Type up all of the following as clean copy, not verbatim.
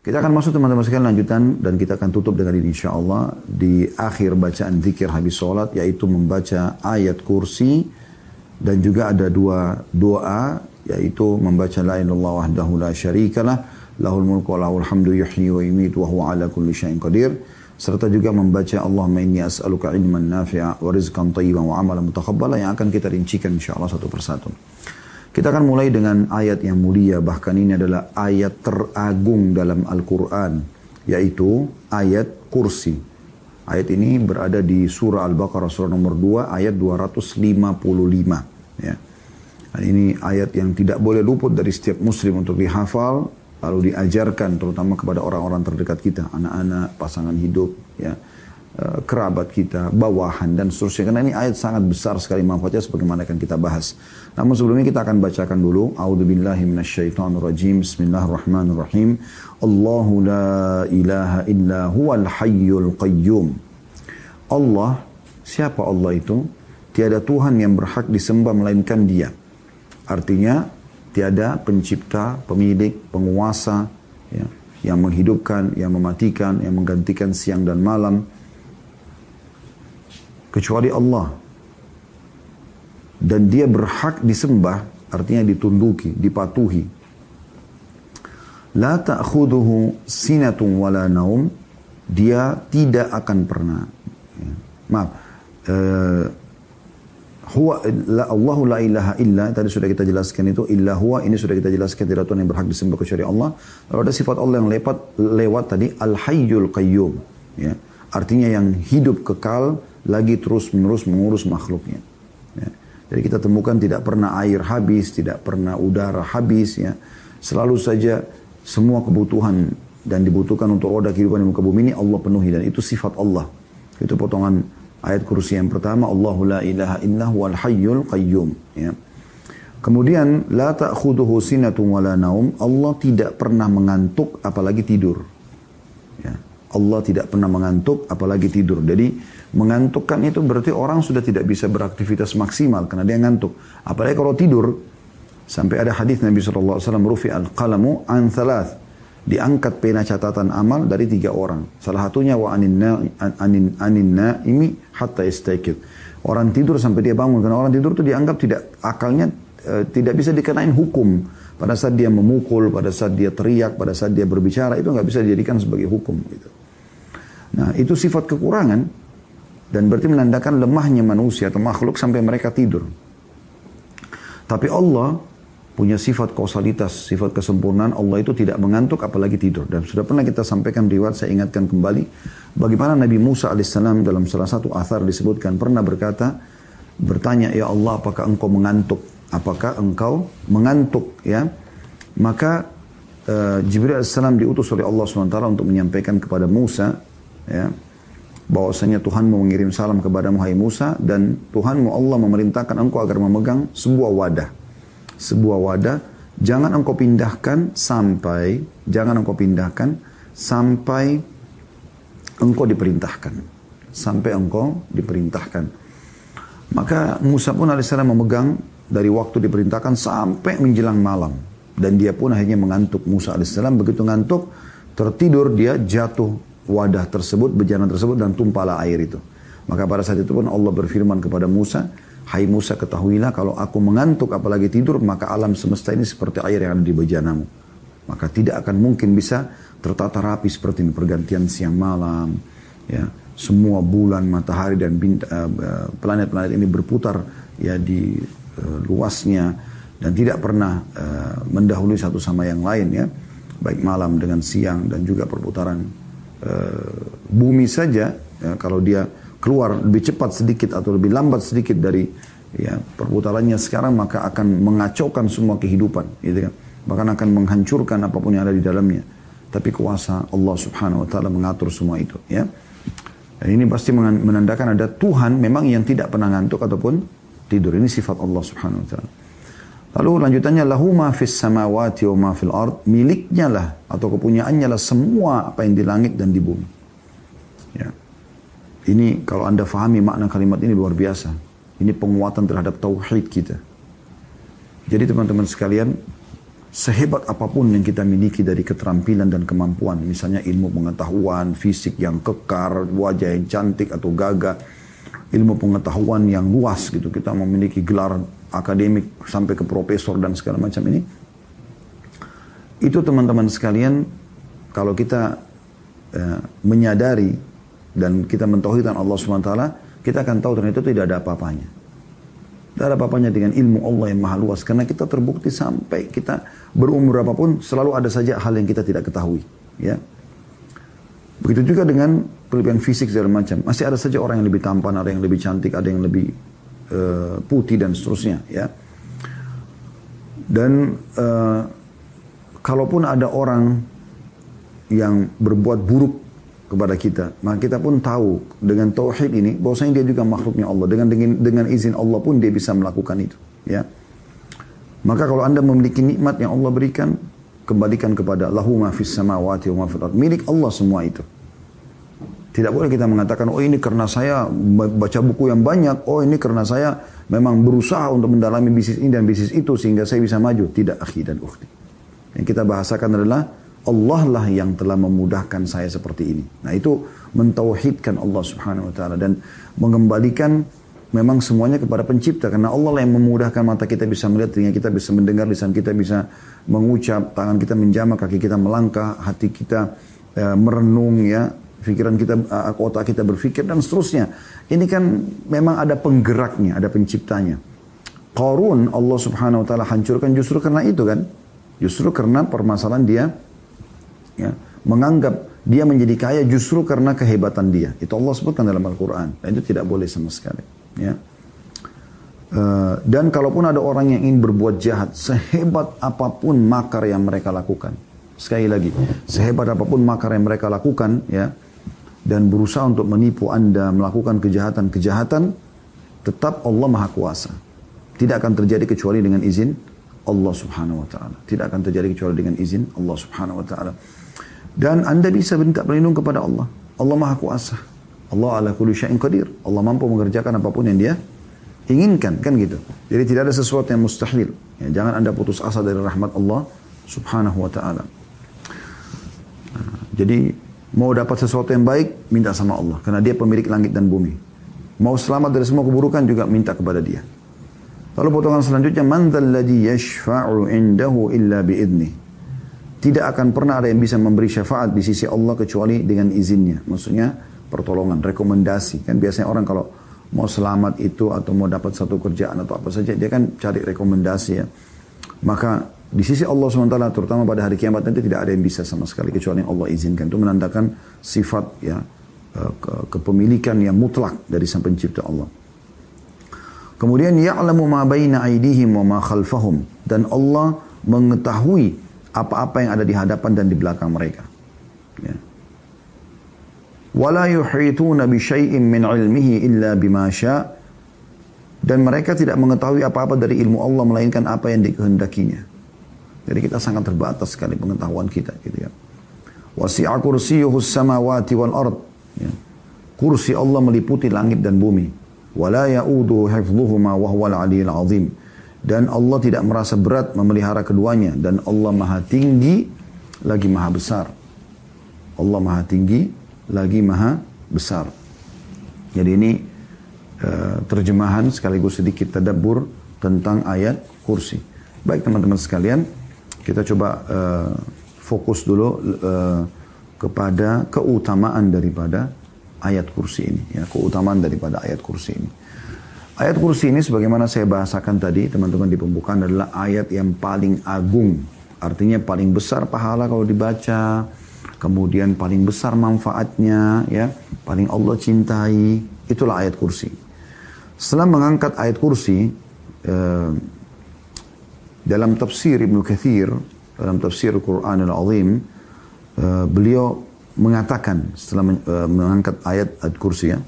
Kita akan masuk teman-teman sekalian lanjutan dan kita akan tutup dengan ini insyaAllah di akhir bacaan zikir habis sholat, yaitu membaca ayat kursi dan juga ada dua doa, yaitu membaca la ilaha illallah wahdahu la syarikalah lahul mulku wa lahul hamdu yuhyi wa yumiitu wa huwa ala kulli syai'in qadir, serta juga membaca Allahumma inni as'aluka ilman nafi'a wa rizqan thayyiban wa amalan mutaqabbala, yang akan kita rincikan insyaAllah satu persatu. Kita akan mulai dengan ayat yang mulia, bahkan ini adalah ayat teragung dalam Al-Quran, yaitu ayat kursi. Ayat ini berada di surah Al-Baqarah, surah nomor 2, ayat 255. Ya. Dan ini ayat yang tidak boleh luput dari setiap muslim untuk dihafal, lalu diajarkan terutama kepada orang-orang terdekat kita, anak-anak, pasangan hidup, ya, kerabat kita, bawahan dan seterusnya. Karena ini ayat sangat besar sekali manfaatnya sebagaimana akan kita bahas. Namun sebelumnya kita akan bacakan dulu. A'udzubillahi minasyaitonirrajim. Bismillahirrahmanirrahim. Allahu la ilaha illa huwal hayyul qayyum. Allah, siapa Allah itu? Tiada Tuhan yang berhak disembah melainkan Dia. Artinya tiada pencipta, pemilik, penguasa, ya, yang menghidupkan, yang mematikan, yang menggantikan siang dan malam, kecuali Allah. Dan Dia berhak disembah, artinya ditunduki, dipatuhi. La ta'khuduhu sinatun wala naum. Dia tidak akan pernah. Allahu la ilaha illa, tadi sudah kita jelaskan itu, illa huwa, ini sudah kita jelaskan, tidak Tuhan yang berhak disembah kecuali Allah. Lalu ada sifat Allah yang lewat tadi, al-hayyul qayyum. Ya. Artinya yang hidup kekal, lagi terus-menerus mengurus makhluknya. Ya. Jadi kita temukan tidak pernah air habis, tidak pernah udara habis. Ya. Selalu saja semua kebutuhan dan dibutuhkan untuk roda kehidupan di muka bumi ini Allah penuhi, dan itu sifat Allah. Itu potongan ayat kursi yang pertama, Allahu la ilaha illa huwal hayyul qayyum. Ya. Kemudian, la ta'khuduhu sinatun wala naum. Allah tidak pernah mengantuk apalagi tidur. Ya. Allah tidak pernah mengantuk apalagi tidur. Jadi mengantukkan itu berarti orang sudah tidak bisa beraktivitas maksimal karena dia ngantuk. Apalagi kalau tidur. Sampai ada hadis Nabi SAW, rufi al-qalamu an thalath. Diangkat pena catatan amal dari 3 orang. Salah satunya wa anin naimi hatta yastaqid. Orang tidur sampai dia bangun. Karena orang tidur itu dianggap tidak, akalnya tidak bisa dikenain hukum. Pada saat dia memukul, pada saat dia teriak, pada saat dia berbicara, itu nggak bisa dijadikan sebagai hukum. Gitu. Nah, itu sifat kekurangan. Dan berarti menandakan lemahnya manusia atau makhluk sampai mereka tidur. Tapi Allah punya sifat kausalitas, sifat kesempurnaan. Allah itu tidak mengantuk apalagi tidur. Dan sudah pernah kita sampaikan riwayat, saya ingatkan kembali. Bagaimana Nabi Musa alaihissalam dalam salah satu athar disebutkan pernah bertanya, ya Allah, apakah engkau mengantuk? Apakah engkau mengantuk? Ya, maka Jibril alaihissalam diutus oleh Allah SWT untuk menyampaikan kepada Musa, ya, bahwasanya Tuhanmu mengirim salam kepadamu hai Musa, dan Tuhanmu Allah memerintahkan engkau agar memegang sebuah wadah. Sebuah wadah, jangan engkau pindahkan sampai engkau diperintahkan. Sampai engkau diperintahkan. Maka Musa pun alaihissalam memegang dari waktu diperintahkan sampai menjelang malam. Dan dia pun akhirnya mengantuk. Musa alaihissalam begitu ngantuk, tertidur, dia jatuh wadah tersebut, bejana tersebut, dan tumpahlah air itu. Maka pada saat itu pun Allah berfirman kepada Musa, hai Musa, ketahuilah kalau aku mengantuk apalagi tidur, maka alam semesta ini seperti air yang ada di bejanamu. Maka tidak akan mungkin bisa tertata rapi seperti ini, pergantian siang malam. Ya, semua bulan, matahari, dan planet-planet ini berputar ya di luasnya, dan tidak pernah mendahului satu sama yang lain, ya. Baik malam dengan siang, dan juga perputaran bumi saja, ya, kalau dia keluar lebih cepat sedikit atau lebih lambat sedikit dari ya perputarannya sekarang, maka akan mengacaukan semua kehidupan, gitu kan. Bahkan akan menghancurkan apapun yang ada di dalamnya. Tapi kuasa Allah Subhanahu wa taala mengatur semua itu, ya. Dan ini pasti menandakan ada Tuhan memang yang tidak pernah ngantuk ataupun tidur. Ini sifat Allah Subhanahu wa taala. Lalu lanjutannya, lahu ma fis samawati wa ma fil ard, miliknya lah atau kepunyaannya lah semua apa yang di langit dan di bumi. Ya. Ini kalau Anda fahami makna kalimat ini luar biasa. Ini penguatan terhadap tauhid kita. Jadi teman-teman sekalian, sehebat apapun yang kita miliki dari keterampilan dan kemampuan, misalnya ilmu pengetahuan, fisik yang kekar, wajah yang cantik atau gagah, ilmu pengetahuan yang luas gitu, kita memiliki gelar akademik sampai ke profesor dan segala macam ini, itu teman-teman sekalian, kalau kita menyadari dan kita mentauhidkan Allah SWT, kita akan tahu ternyata itu tidak ada apa-apanya. Tidak ada apa-apanya dengan ilmu Allah yang maha luas. Karena kita terbukti sampai kita berumur apapun, selalu ada saja hal yang kita tidak ketahui. Ya. Begitu juga dengan kelebihan fisik segala macam. Masih ada saja orang yang lebih tampan, ada yang lebih cantik, ada yang lebih putih dan seterusnya. Ya. Dan kalaupun ada orang yang berbuat buruk kepada kita, maka kita pun tahu dengan tauhid ini bahwasanya dia juga makhluknya Allah, dengan izin Allah pun dia bisa melakukan itu, ya. Maka kalau Anda memiliki nikmat yang Allah berikan, kembalikan kepada lahu ma fis samawati wa ma fil ardh, milik Allah semua itu. Tidak boleh kita mengatakan, oh ini karena saya baca buku yang banyak, oh ini karena saya memang berusaha untuk mendalami bisnis ini dan bisnis itu sehingga saya bisa maju. Tidak, akhi dan ukhti. Yang kita bahasakan adalah Allah lah yang telah memudahkan saya seperti ini. Nah itu mentauhidkan Allah Subhanahu wa ta'ala dan mengembalikan memang semuanya kepada pencipta. Karena Allah lah yang memudahkan mata kita bisa melihat, telinga kita bisa mendengar, lisan kita bisa mengucap, tangan kita menjamah, kaki kita melangkah, hati kita merenung, ya, pikiran kita, otak kita berpikir dan seterusnya. Ini kan memang ada penggeraknya, ada penciptanya. Qarun Allah Subhanahu wa ta'ala hancurkan justru karena itu kan. Justru karena permasalahan dia, ya, menganggap dia menjadi kaya justru karena kehebatan dia. Itu Allah sebutkan dalam Al-Quran. Dan itu tidak boleh sama sekali. Ya. Dan kalaupun ada orang yang ingin berbuat jahat, sehebat apapun makar yang mereka lakukan. Sekali lagi, sehebat apapun makar yang mereka lakukan, ya, dan berusaha untuk menipu Anda, melakukan kejahatan-kejahatan, tetap Allah Maha Kuasa. Tidak akan terjadi kecuali dengan izin Allah Subhanahu wa ta'ala. Tidak akan terjadi kecuali dengan izin Allah Subhanahu wa ta'ala. Dan Anda bisa minta perlindungan kepada Allah. Allah Maha Kuasa. Allah ala kulli syai'in qadir. Allah mampu mengerjakan apapun yang dia inginkan, kan gitu. Jadi tidak ada sesuatu yang mustahil. Ya, jangan Anda putus asa dari rahmat Allah Subhanahu wa ta'ala. Jadi mau dapat sesuatu yang baik, minta sama Allah. Karena dia pemilik langit dan bumi. Mau selamat dari semua keburukan juga minta kepada dia. Lalu potongan selanjutnya, man dzalladzi yashfa'u indahu illa bi'idnih. Tidak akan pernah ada yang bisa memberi syafaat di sisi Allah kecuali dengan izinnya. Maksudnya pertolongan, rekomendasi. Kan biasanya orang kalau mau selamat itu atau mau dapat satu kerjaan atau apa saja, dia kan cari rekomendasi, ya. Maka di sisi Allah SWT, terutama pada hari kiamat nanti, tidak ada yang bisa sama sekali kecuali yang Allah izinkan. Itu menandakan sifat, ya, kepemilikan yang mutlak dari sang pencipta Allah. Kemudian ya'lamu ma baina aydihim wa ma khalfahum, dan Allah mengetahui apa-apa yang ada di hadapan dan di belakang mereka. Ya. Wala yuhituna bi syai'in min 'ilmihi illa bima syaa', dan mereka tidak mengetahui apa-apa dari ilmu Allah melainkan apa yang dikehendakinya. Jadi kita sangat terbatas sekali pengetahuan kita, gitu ya. Wasi'a kursiyyuhus samawati wal ard. Ya. Kursi Allah meliputi langit dan bumi. Wala ya'uduhu hifdhuhuma wa huwal 'aliyyul 'azim. Dan Allah tidak merasa berat memelihara keduanya, dan Allah Maha tinggi lagi Maha besar. Allah Maha tinggi lagi Maha besar. Jadi ini terjemahan sekaligus sedikit tadabbur tentang ayat kursi. Baik teman-teman sekalian, kita coba fokus dulu kepada keutamaan daripada ayat kursi ini, ya, keutamaan daripada ayat kursi ini. Ayat kursi ini sebagaimana saya bahasakan tadi teman-teman di pembukaan adalah ayat yang paling agung. Artinya paling besar pahala kalau dibaca, kemudian paling besar manfaatnya, ya, paling Allah cintai. Itulah ayat kursi. Setelah mengangkat ayat kursi, dalam tafsir Ibnu Katsir, dalam tafsir Al-Quran Al-Azim, beliau mengatakan setelah mengangkat ayat kursi, ya,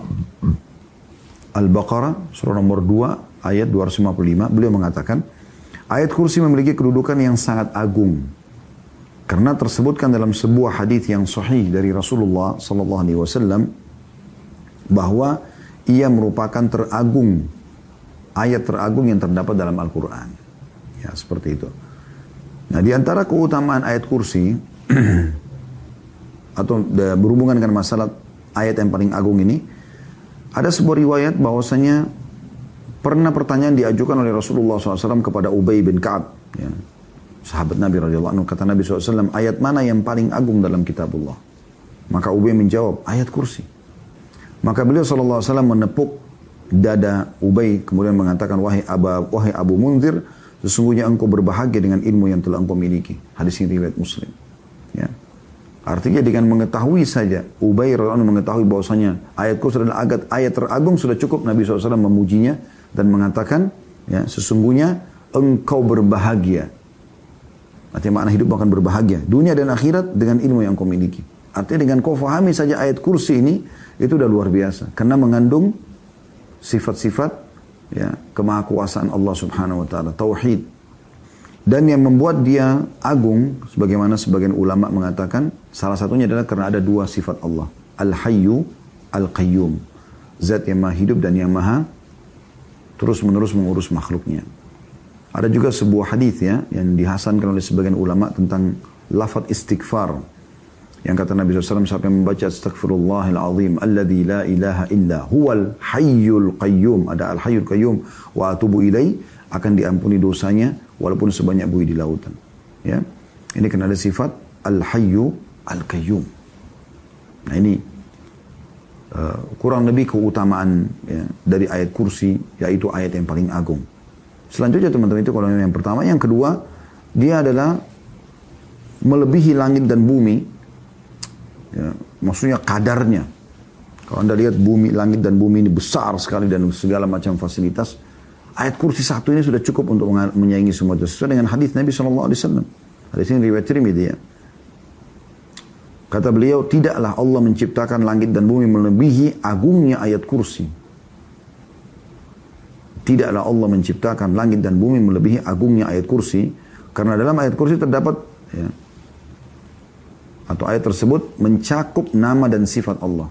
Al-Baqarah surah nomor 2 ayat 255, beliau mengatakan ayat kursi memiliki kedudukan yang sangat agung karena tersebutkan dalam sebuah hadis yang sahih dari Rasulullah sallallahu alaihi wasallam bahwa ia merupakan ayat teragung yang terdapat dalam Al-Quran. Ya, seperti itu. Nah, di antara keutamaan ayat kursi atau berhubungan dengan masalah ayat yang paling agung ini, ada sebuah riwayat bahwasanya pernah pertanyaan diajukan oleh Rasulullah SAW kepada Ubay bin Ka'ab, ya, sahabat Nabi radhiyallahu anhu. Kata Nabi SAW, ayat mana yang paling agung dalam kitabullah? Maka Ubay menjawab, ayat kursi. Maka beliau SAW menepuk dada Ubay, kemudian mengatakan, wahai Abu Munzir, sesungguhnya engkau berbahagia dengan ilmu yang telah engkau miliki. Hadis ini riwayat Muslim. Ya. Artinya dengan mengetahui saja, Ubay radhiyallahu anhu mengetahui bahwasanya ayat kursi adalah ayat teragung, sudah cukup Nabi SAW memujinya dan mengatakan, ya, sesungguhnya engkau berbahagia. Artinya makna hidup akan berbahagia dunia dan akhirat dengan ilmu yang kau miliki. Artinya dengan kau fahami saja ayat kursi ini, itu udah luar biasa. Karena mengandung sifat-sifat, ya, kemahakuasaan Allah Subhanahu wa taala, tauhid. Dan yang membuat dia agung, sebagaimana sebagian ulama mengatakan, salah satunya adalah karena ada dua sifat Allah. Al-Hayyu, Al-Qayyum. Zat yang maha hidup dan yang maha terus-menerus mengurus makhluknya. Ada juga sebuah hadis, ya, yang dihasankan oleh sebagian ulama tentang lafaz istighfar. Yang kata Nabi SAW, siapa yang membaca astaghfirullahal azim alladzi la ilaha illa huwal hayyul qayyum, ada al-hayyul qayyum, wa atubu ilai, akan diampuni dosanya walaupun sebanyak buih di lautan. Ya, ini kan ada sifat al-hayyu al-qayyum. Nah, ini kurang lebih keutamaan, ya, dari ayat kursi, yaitu ayat yang paling agung. Selanjutnya teman-teman, itu kalau yang pertama. Yang kedua, dia adalah melebihi langit dan bumi. Ya, maksudnya kadarnya. Kalau Anda lihat bumi, langit dan bumi ini besar sekali dan segala macam fasilitas. Ayat kursi satu ini sudah cukup untuk menyaingi semua itu. Sesuai dengan hadis Nabi SAW. Hadis ini riwayat Tirmidzi, ya. Kata beliau, tidaklah Allah menciptakan langit dan bumi melebihi agungnya ayat kursi. Tidaklah Allah menciptakan langit dan bumi melebihi agungnya ayat kursi. Karena dalam ayat kursi terdapat, ya, atau ayat tersebut mencakup nama dan sifat Allah.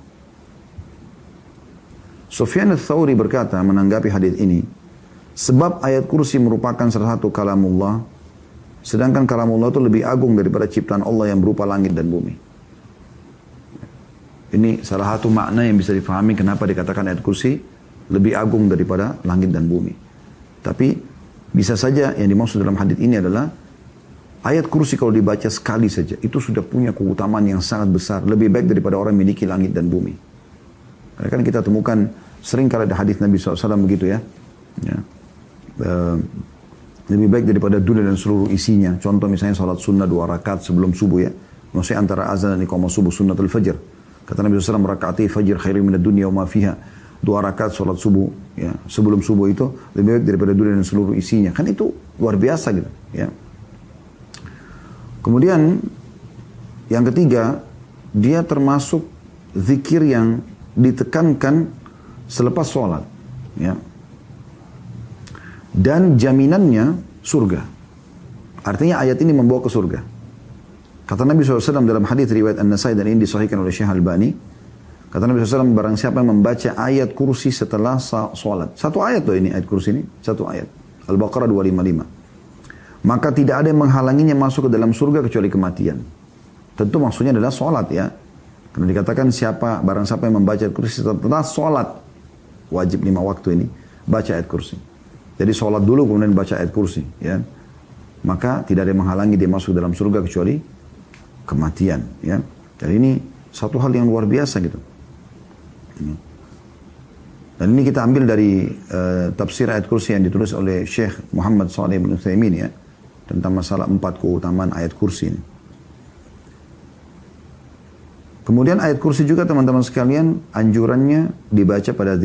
Sufyan ats-Tsauri berkata menanggapi hadis ini, sebab ayat kursi merupakan salah satu kalamullah, sedangkan kalamullah itu lebih agung daripada ciptaan Allah yang berupa langit dan bumi. Ini salah satu makna yang bisa difahami kenapa dikatakan ayat kursi lebih agung daripada langit dan bumi. Tapi bisa saja yang dimaksud dalam hadis ini adalah ayat kursi kalau dibaca sekali saja, itu sudah punya keutamaan yang sangat besar. Lebih baik daripada orang memiliki langit dan bumi. Karena kan kita temukan sering kali ada hadis Nabi SAW begitu, ya. Lebih baik daripada dunia dan seluruh isinya. Contoh misalnya salat sunnah 2 rakaat sebelum subuh, ya. Maksudnya antara azan dan iqamah subuh, sunnatul fajr. Kata Nabi SAW, rakaati fajr khairu minad dunya wa ma fiha. 2 rakaat salat subuh, ya, sebelum subuh itu lebih baik daripada dunia dan seluruh isinya. Kan itu luar biasa gitu, ya. Kemudian yang ketiga, dia termasuk zikir yang ditekankan selepas sholat, ya. Dan jaminannya surga. Artinya ayat ini membawa ke surga. Kata Nabi SAW dalam hadis riwayat An-Nasai dan ini disahihkan oleh Syekh Albani. Kata Nabi SAW, barang siapa yang membaca ayat kursi setelah sholat. Satu ayat loh ini, ayat kursi ini. Satu ayat. Al-Baqarah 255. Maka tidak ada yang menghalanginya masuk ke dalam surga kecuali kematian. Tentu maksudnya adalah sholat, ya. Karena dikatakan barang siapa yang membaca ayat kursi setelah sholat, wajib 5 waktu ini, baca ayat kursi. Jadi sholat dulu kemudian baca ayat kursi, ya. Maka tidak ada yang menghalangi dia masuk dalam surga kecuali kematian, ya. Jadi ini satu hal yang luar biasa gitu. Dan ini kita ambil dari tafsir ayat kursi yang ditulis oleh Syekh Muhammad Shalih bin Utsaimin, ya, tentang masalah 4 keutamaan ayat kursi ini. Kemudian ayat kursi juga teman-teman sekalian, anjurannya dibaca pada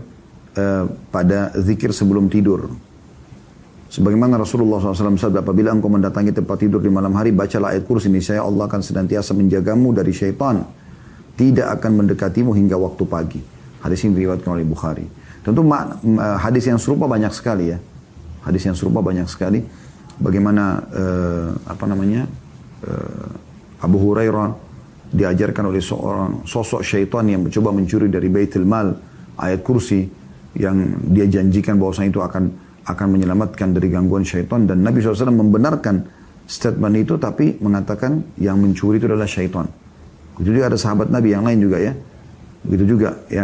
zikir sebelum tidur. Sebagaimana Rasulullah SAW sabda, apabila engkau mendatangi tempat tidur di malam hari, bacalah ayat kursi, niscaya Allah akan senantiasa menjagamu dari syaitan, tidak akan mendekatimu hingga waktu pagi. Hadis ini diriwayatkan oleh Bukhari. Tentu hadis yang serupa banyak sekali, ya. Hadis yang serupa banyak sekali. Bagaimana Abu Hurairah diajarkan oleh seorang sosok syaitan yang mencoba mencuri dari Baitul Mal ayat kursi yang dia janjikan bahwasanya itu akan menyelamatkan dari gangguan syaitan, dan Nabi SAW membenarkan statement itu tapi mengatakan yang mencuri itu adalah syaitan. Begitu juga ada sahabat Nabi yang lain juga ya. Begitu juga ya.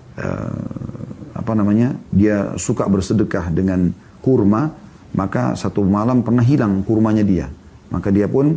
Dia suka bersedekah dengan kurma, maka satu malam pernah hilang kurmanya dia. Maka dia pun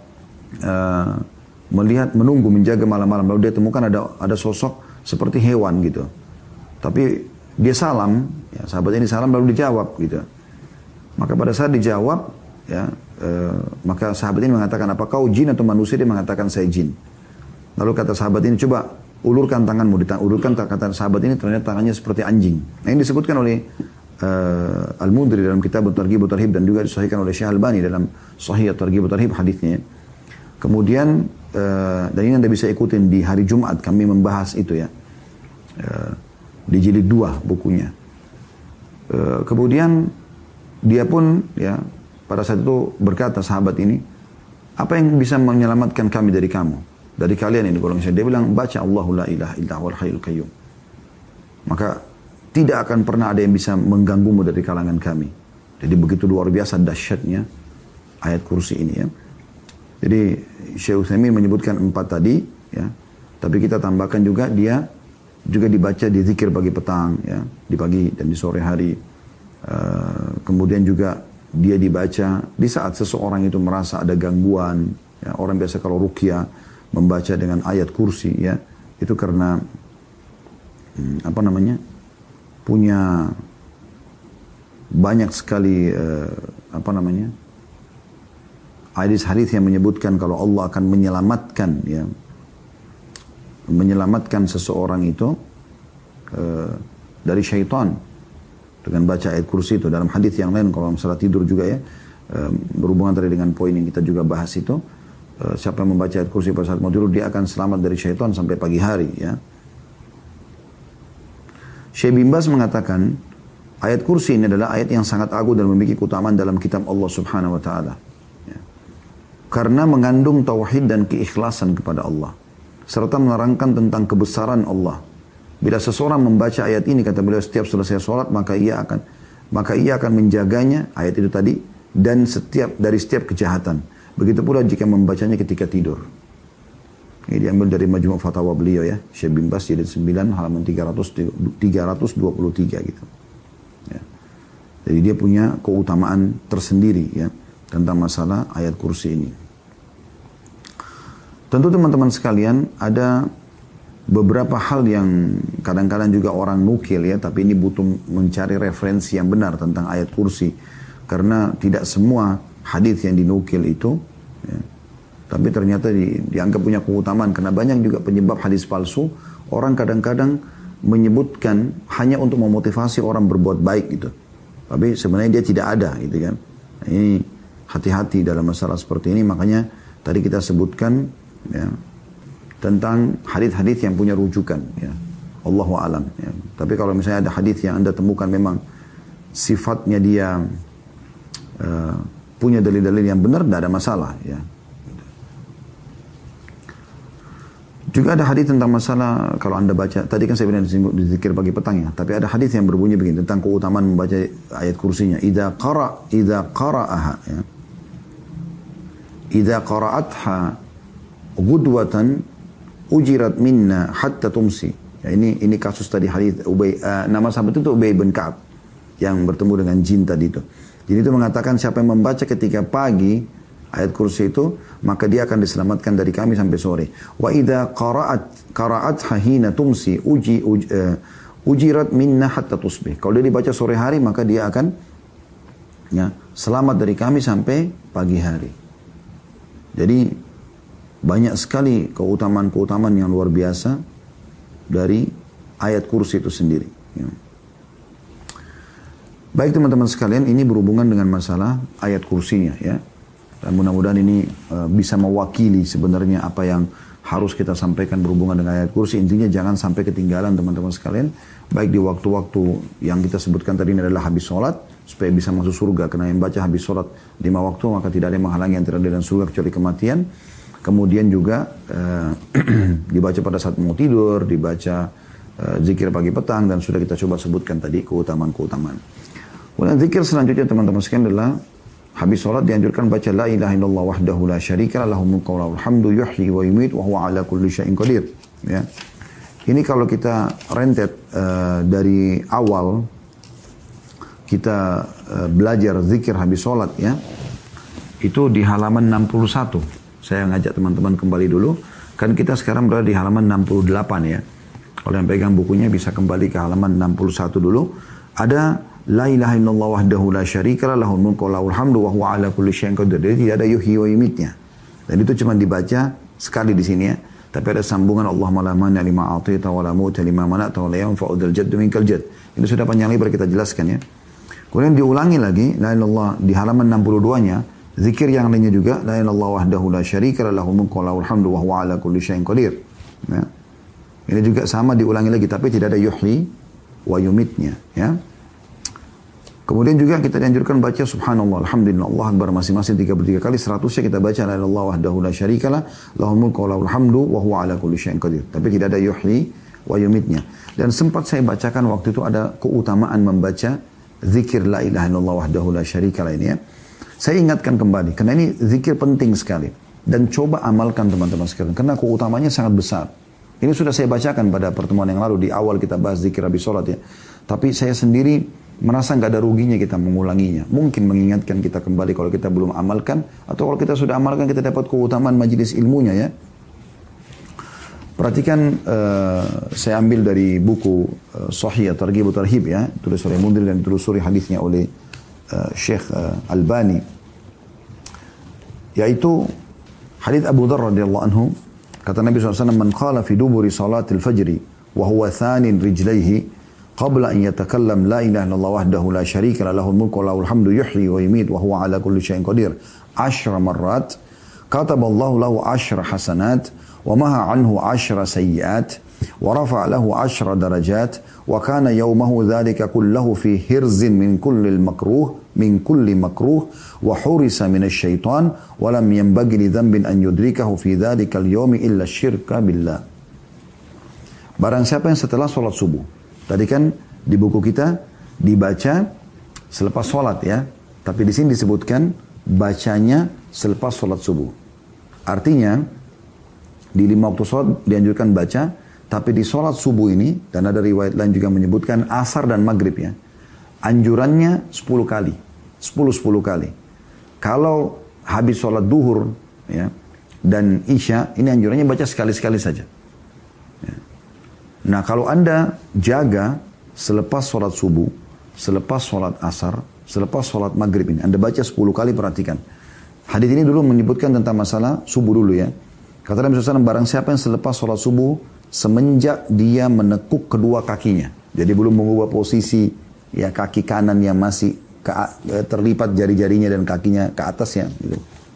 menunggu, menjaga malam-malam. Lalu dia temukan ada sosok seperti hewan gitu. Tapi dia salam, ya, sahabat ini salam lalu dijawab gitu. Maka pada saat dijawab, ya, maka sahabat ini mengatakan, apa kau jin atau manusia? Dia mengatakan saya jin. Lalu kata sahabat ini, coba ulurkan tanganmu. Ulurkan, kata sahabat ini, ternyata tangannya seperti anjing. Nah, ini disebutkan oleh Al-Mundhiri dalam kitab At-Targhib wa Tarhib dan juga disahihkan oleh Syekh Albani dalam Sahih At-Targhib wa Tarhib hadisnya. Kemudian dan ini Anda bisa ikutin di hari Jumat kami membahas itu ya. Di jilid 2 bukunya. Kemudian dia pun ya pada saat itu berkata sahabat ini, apa yang bisa menyelamatkan kami dari kamu? Dari kalian ini golongan saya. Dia bilang, baca Allahu la ilaha illa huwal hayyul qayyum. Maka tidak akan pernah ada yang bisa mengganggumu dari kalangan kami. Jadi begitu luar biasa dahsyatnya ayat kursi ini ya. Jadi Syekh Utsaimin menyebutkan 4 tadi ya. Tapi kita tambahkan juga dia juga dibaca di zikir pagi petang ya, di pagi dan di sore hari. Kemudian juga dia dibaca di saat seseorang itu merasa ada gangguan ya. Orang biasa kalau ruqyah membaca dengan ayat kursi ya, itu karena punya banyak sekali hadis-hadis yang menyebutkan kalau Allah akan menyelamatkan seseorang itu dari syaitan dengan baca ayat kursi itu. Dalam hadis yang lain kalau masalah tidur juga ya, berhubungan tadi dengan poin yang kita juga bahas itu, siapa yang membaca ayat kursi pada saat mau tidur dia akan selamat dari syaitan sampai pagi hari ya. Syekh bin Baz mengatakan ayat kursi ini adalah ayat yang sangat agung dan memiliki keutamaan dalam kitab Allah Subhanahu wa taala. Ya. Karena mengandung tauhid dan keikhlasan kepada Allah serta menerangkan tentang kebesaran Allah. Bila seseorang membaca ayat ini, kata beliau, setiap selesai sholat maka ia akan menjaganya, ayat itu tadi, dan dari setiap kejahatan. Begitu pula jika membacanya ketika tidur. Ini diambil dari Majmu' Fatawa beliau ya, Syekh bin Baz jilid 9 halaman 323 gitu. Ya. Jadi dia punya keutamaan tersendiri ya tentang masalah ayat kursi ini. Tentu teman-teman sekalian ada beberapa hal yang kadang-kadang juga orang nukil ya, tapi ini butuh mencari referensi yang benar tentang ayat kursi. Karena tidak semua hadis yang dinukil itu ya, tapi ternyata dianggap punya keutamaan. Karena banyak juga penyebab hadis palsu. Orang kadang-kadang menyebutkan hanya untuk memotivasi orang berbuat baik gitu. Tapi sebenarnya dia tidak ada gitu kan. Nah, ini hati-hati dalam masalah seperti ini. Makanya tadi kita sebutkan ya, tentang hadis-hadis yang punya rujukan ya. Allahu a'lam ya. Tapi kalau misalnya ada hadis yang Anda temukan memang sifatnya dia punya dalil-dalil yang benar, tidak ada masalah ya. Juga ada hadis tentang masalah kalau Anda baca, tadi kan saya bilang di zikir pagi petang ya, tapi ada hadis yang berbunyi begini tentang keutamaan membaca ayat kursinya. Idza qara'aha ya. Idza qara'atha ghudwatan ujirat minna hatta tumsi. Ya, ini kasus tadi hadis nama sahabat itu Ubay bin Ka'ab yang bertemu dengan jin tadi itu. Jadi itu mengatakan siapa yang membaca ketika pagi ayat kursi itu, maka dia akan diselamatkan dari kami sampai sore. Wa idza qara'at hina tumsi ujirat minna hatta tusbih. Kalau dia dibaca sore hari, maka dia akan ya, selamat dari kami sampai pagi hari. Jadi banyak sekali keutamaan-keutamaan yang luar biasa dari ayat kursi itu sendiri. Ya. Baik teman-teman sekalian, ini berhubungan dengan masalah ayat kursinya ya. Dan mudah-mudahan ini bisa mewakili sebenarnya apa yang harus kita sampaikan berhubungan dengan ayat kursi. Intinya jangan sampai ketinggalan teman-teman sekalian. Baik di waktu-waktu yang kita sebutkan tadi ini adalah habis sholat, supaya bisa masuk surga. Karena yang baca habis sholat 5 waktu, maka tidak ada yang menghalangi antara dia dan surga kecuali kematian. Kemudian juga dibaca pada saat mau tidur, dibaca zikir pagi petang, dan sudah kita coba sebutkan tadi keutamaan-keutamaan. Kemudian zikir selanjutnya teman-teman sekalian adalah Habis sholat dianjurkan baca la ilaha illallah wahdahu la syarika lahul mulku wa lahul hamdu yuhyi wa yumiit wa huwa ala kulli syai'in qadir. Ya. Ini kalau kita rentet dari awal kita belajar zikir habis sholat ya. Itu di halaman 61. Saya ngajak teman-teman kembali dulu. Kan kita sekarang berada di halaman 68 ya. Kalau yang pegang bukunya bisa kembali ke halaman 61 dulu. Ada la ilaha illallah wahdahu la syarika lahul mulku wa lahul hamdu wa huwa ala kulli syai'in qadir. Jadi tidak ada yuhyi wa yumitnya. Dan itu cuma dibaca sekali di sini ya. Tapi ada sambungan Allahumma la mani lima a'taita wa la mu'ta lima mana'ta wa la yanfa'u dzal jaddu minkal jadd. Itu sudah panjang lebar kita jelaskan ya. Kemudian diulangi lagi la ilaha illallah di halaman 62-nya. Zikir yang lainnya juga la ilaha illallah wahdahu la syarika lahul mulku wa lahul hamdu wa huwa ala kulli syai'in qadir. Ya. Ini juga sama diulangi lagi tapi tidak ada yuhyi wa yumitnya ya. Kemudian juga kita dianjurkan baca subhanallah, alhamdulillah, Allah akbar masing-masing 33 kali. 100-nya kita baca la ilaha illallah wahdahu la syarikalah, lahul mulku wa lahul hamdu wa huwa ala kulli syai'in qadir. Tapi tidak ada yuhyi wa yumitnya. Dan sempat saya bacakan waktu itu ada keutamaan membaca zikir la ilaha illallah wahdahu la syarikalah ini ya. Saya ingatkan kembali karena ini zikir penting sekali dan coba amalkan teman-teman sekalian karena keutamanya sangat besar. Ini sudah saya bacakan pada pertemuan yang lalu di awal kita bahas zikir habis sholat ya. Tapi saya sendiri merasa nggak ada ruginya kita mengulanginya. Mungkin mengingatkan kita kembali kalau kita belum amalkan. Atau kalau kita sudah amalkan kita dapat keutamaan majelis ilmunya ya. Perhatikan saya ambil dari buku Sahih Targhib Tarhib ya. Tulis oleh Mundhir dan ditelusuri hadisnya oleh Syekh Albani. Yaitu hadis Abu Dzar radhiyallahu anhu. Kata Nabi SAW, Man qala fi duburi salatil fajri wa huwa thanin rijlaihi qabla an yatakallam la ilaha illallah wahdahu la syarika lahul mulku wa lahul hamdu yuhyi wa yumiit wa huwa ala kulli syai'in qadir 10 marrat kataballahu lahu 10 hasanat wa maha anhu 10 sayyiat wa rafa'a lahu 10 darajat wa kana yawmahu dhalika kullahu fi hirzin min kulli makruh wa hurisa min asy-syaitan wa lam yanbaghi li dhanbin an yudrikahu fi dhalika al-yawmi illa syirka billah. Barang siapa yang setelah sholat subuh, tadi kan di buku kita dibaca selepas sholat ya. Tapi di sini disebutkan bacanya selepas sholat subuh. Artinya di 5 waktu sholat dianjurkan baca. Tapi di sholat subuh ini, dan ada riwayat lain juga menyebutkan asar dan maghrib ya. Anjurannya 10 kali. 10 kali. Kalau habis sholat duhur ya, dan isya, ini anjurannya baca sekali-sekali saja. Ya. Nah kalau Anda jaga selepas sholat subuh, selepas sholat asar, selepas sholat maghrib ini, Anda baca 10 kali, perhatikan. Hadis ini dulu menyebutkan tentang masalah subuh dulu ya. Kata Nabi SAW, barang siapa yang selepas sholat subuh, semenjak dia menekuk kedua kakinya. Jadi belum mengubah posisi ya kaki kanan yang masih terlipat jari-jarinya dan kakinya ke atas ya. Gitu.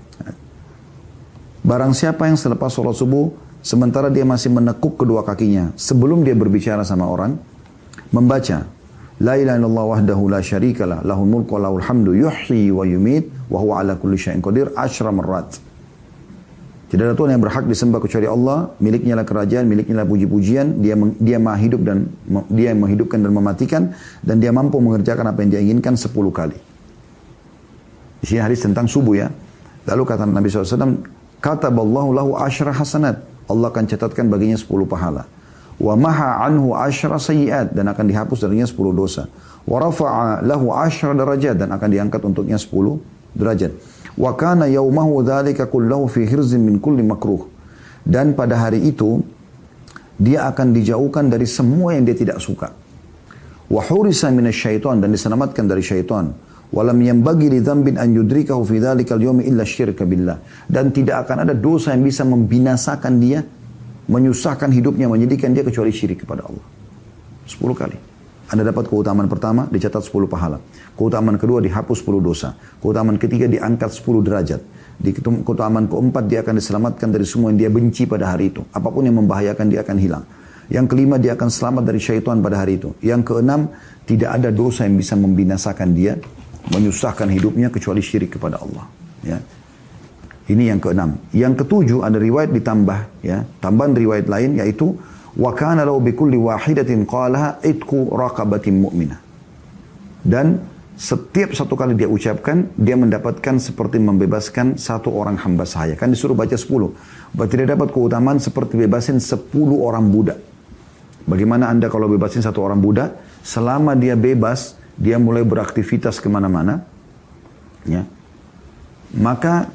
Barang siapa yang selepas sholat subuh, sementara dia masih menekuk kedua kakinya, sebelum dia berbicara sama orang, membaca La ilaha illallah wahdahu la syarikalah, lahul mulku wa lahul hamdu yuhyi wa yumiit wa huwa ala kulli syai'in qadir 10 marrat. Tidak ada Tuhan yang berhak disembah kecuali Allah, miliknya lah kerajaan, miliknya lah puji-pujian, dia maha hidup dan dia yang menghidupkan dan mematikan, dan dia mampu mengerjakan apa yang dia inginkan 10 kali. Di sini hadis tentang subuh ya. Lalu kata Nabi SAW, kataballahu lahu 10 hasanat, Allah akan catatkan baginya 10 pahala. Wa maha anhu 10 sayyiat, dan akan dihapus darinya 10 dosa. Wa rafa'a lahu 10 darajat, dan akan diangkat untuknya 10 derajat. Wa kana yaumahu dzalika kullahu fi hirzin min kulli makruh. Dan pada hari itu dia akan dijauhkan dari semua yang dia tidak suka. Wa hurisa minasyaiton, dan diselamatkan dari syaitan. Wa lam yanbaghi li dzambin an yudrikahu fi dzalikal yaumi illa syirka billah. Dan tidak akan ada dosa yang bisa membinasakan dia, menyusahkan hidupnya, menyedihkan dia kecuali syirik kepada Allah. 10 kali. Anda dapat keutamaan pertama, dicatat 10 pahala. Keutamaan kedua, dihapus 10 dosa. Keutamaan ketiga, diangkat 10 derajat. Di keutamaan keempat, dia akan diselamatkan dari semua yang dia benci pada hari itu. Apapun yang membahayakan, dia akan hilang. Yang kelima, dia akan selamat dari syaitan pada hari itu. Yang keenam, tidak ada dosa yang bisa membinasakan dia, menyusahkan hidupnya kecuali syirik kepada Allah. Ya. Ini yang keenam. Yang ketujuh, ada riwayat ditambah. Ya. Tambahan riwayat lain, yaitu wa kana lahu bikulli wahidatin qalaha itqu raqabatin mu'minah. Dan setiap satu kali dia ucapkan, dia mendapatkan seperti membebaskan satu orang hamba sahaya. Kan disuruh baca 10. Berarti dia dapat keutamaan seperti bebasin 10 orang budak. Bagaimana Anda kalau bebasin satu orang budak, selama dia bebas, dia mulai beraktivitas kemana-mana, ya, maka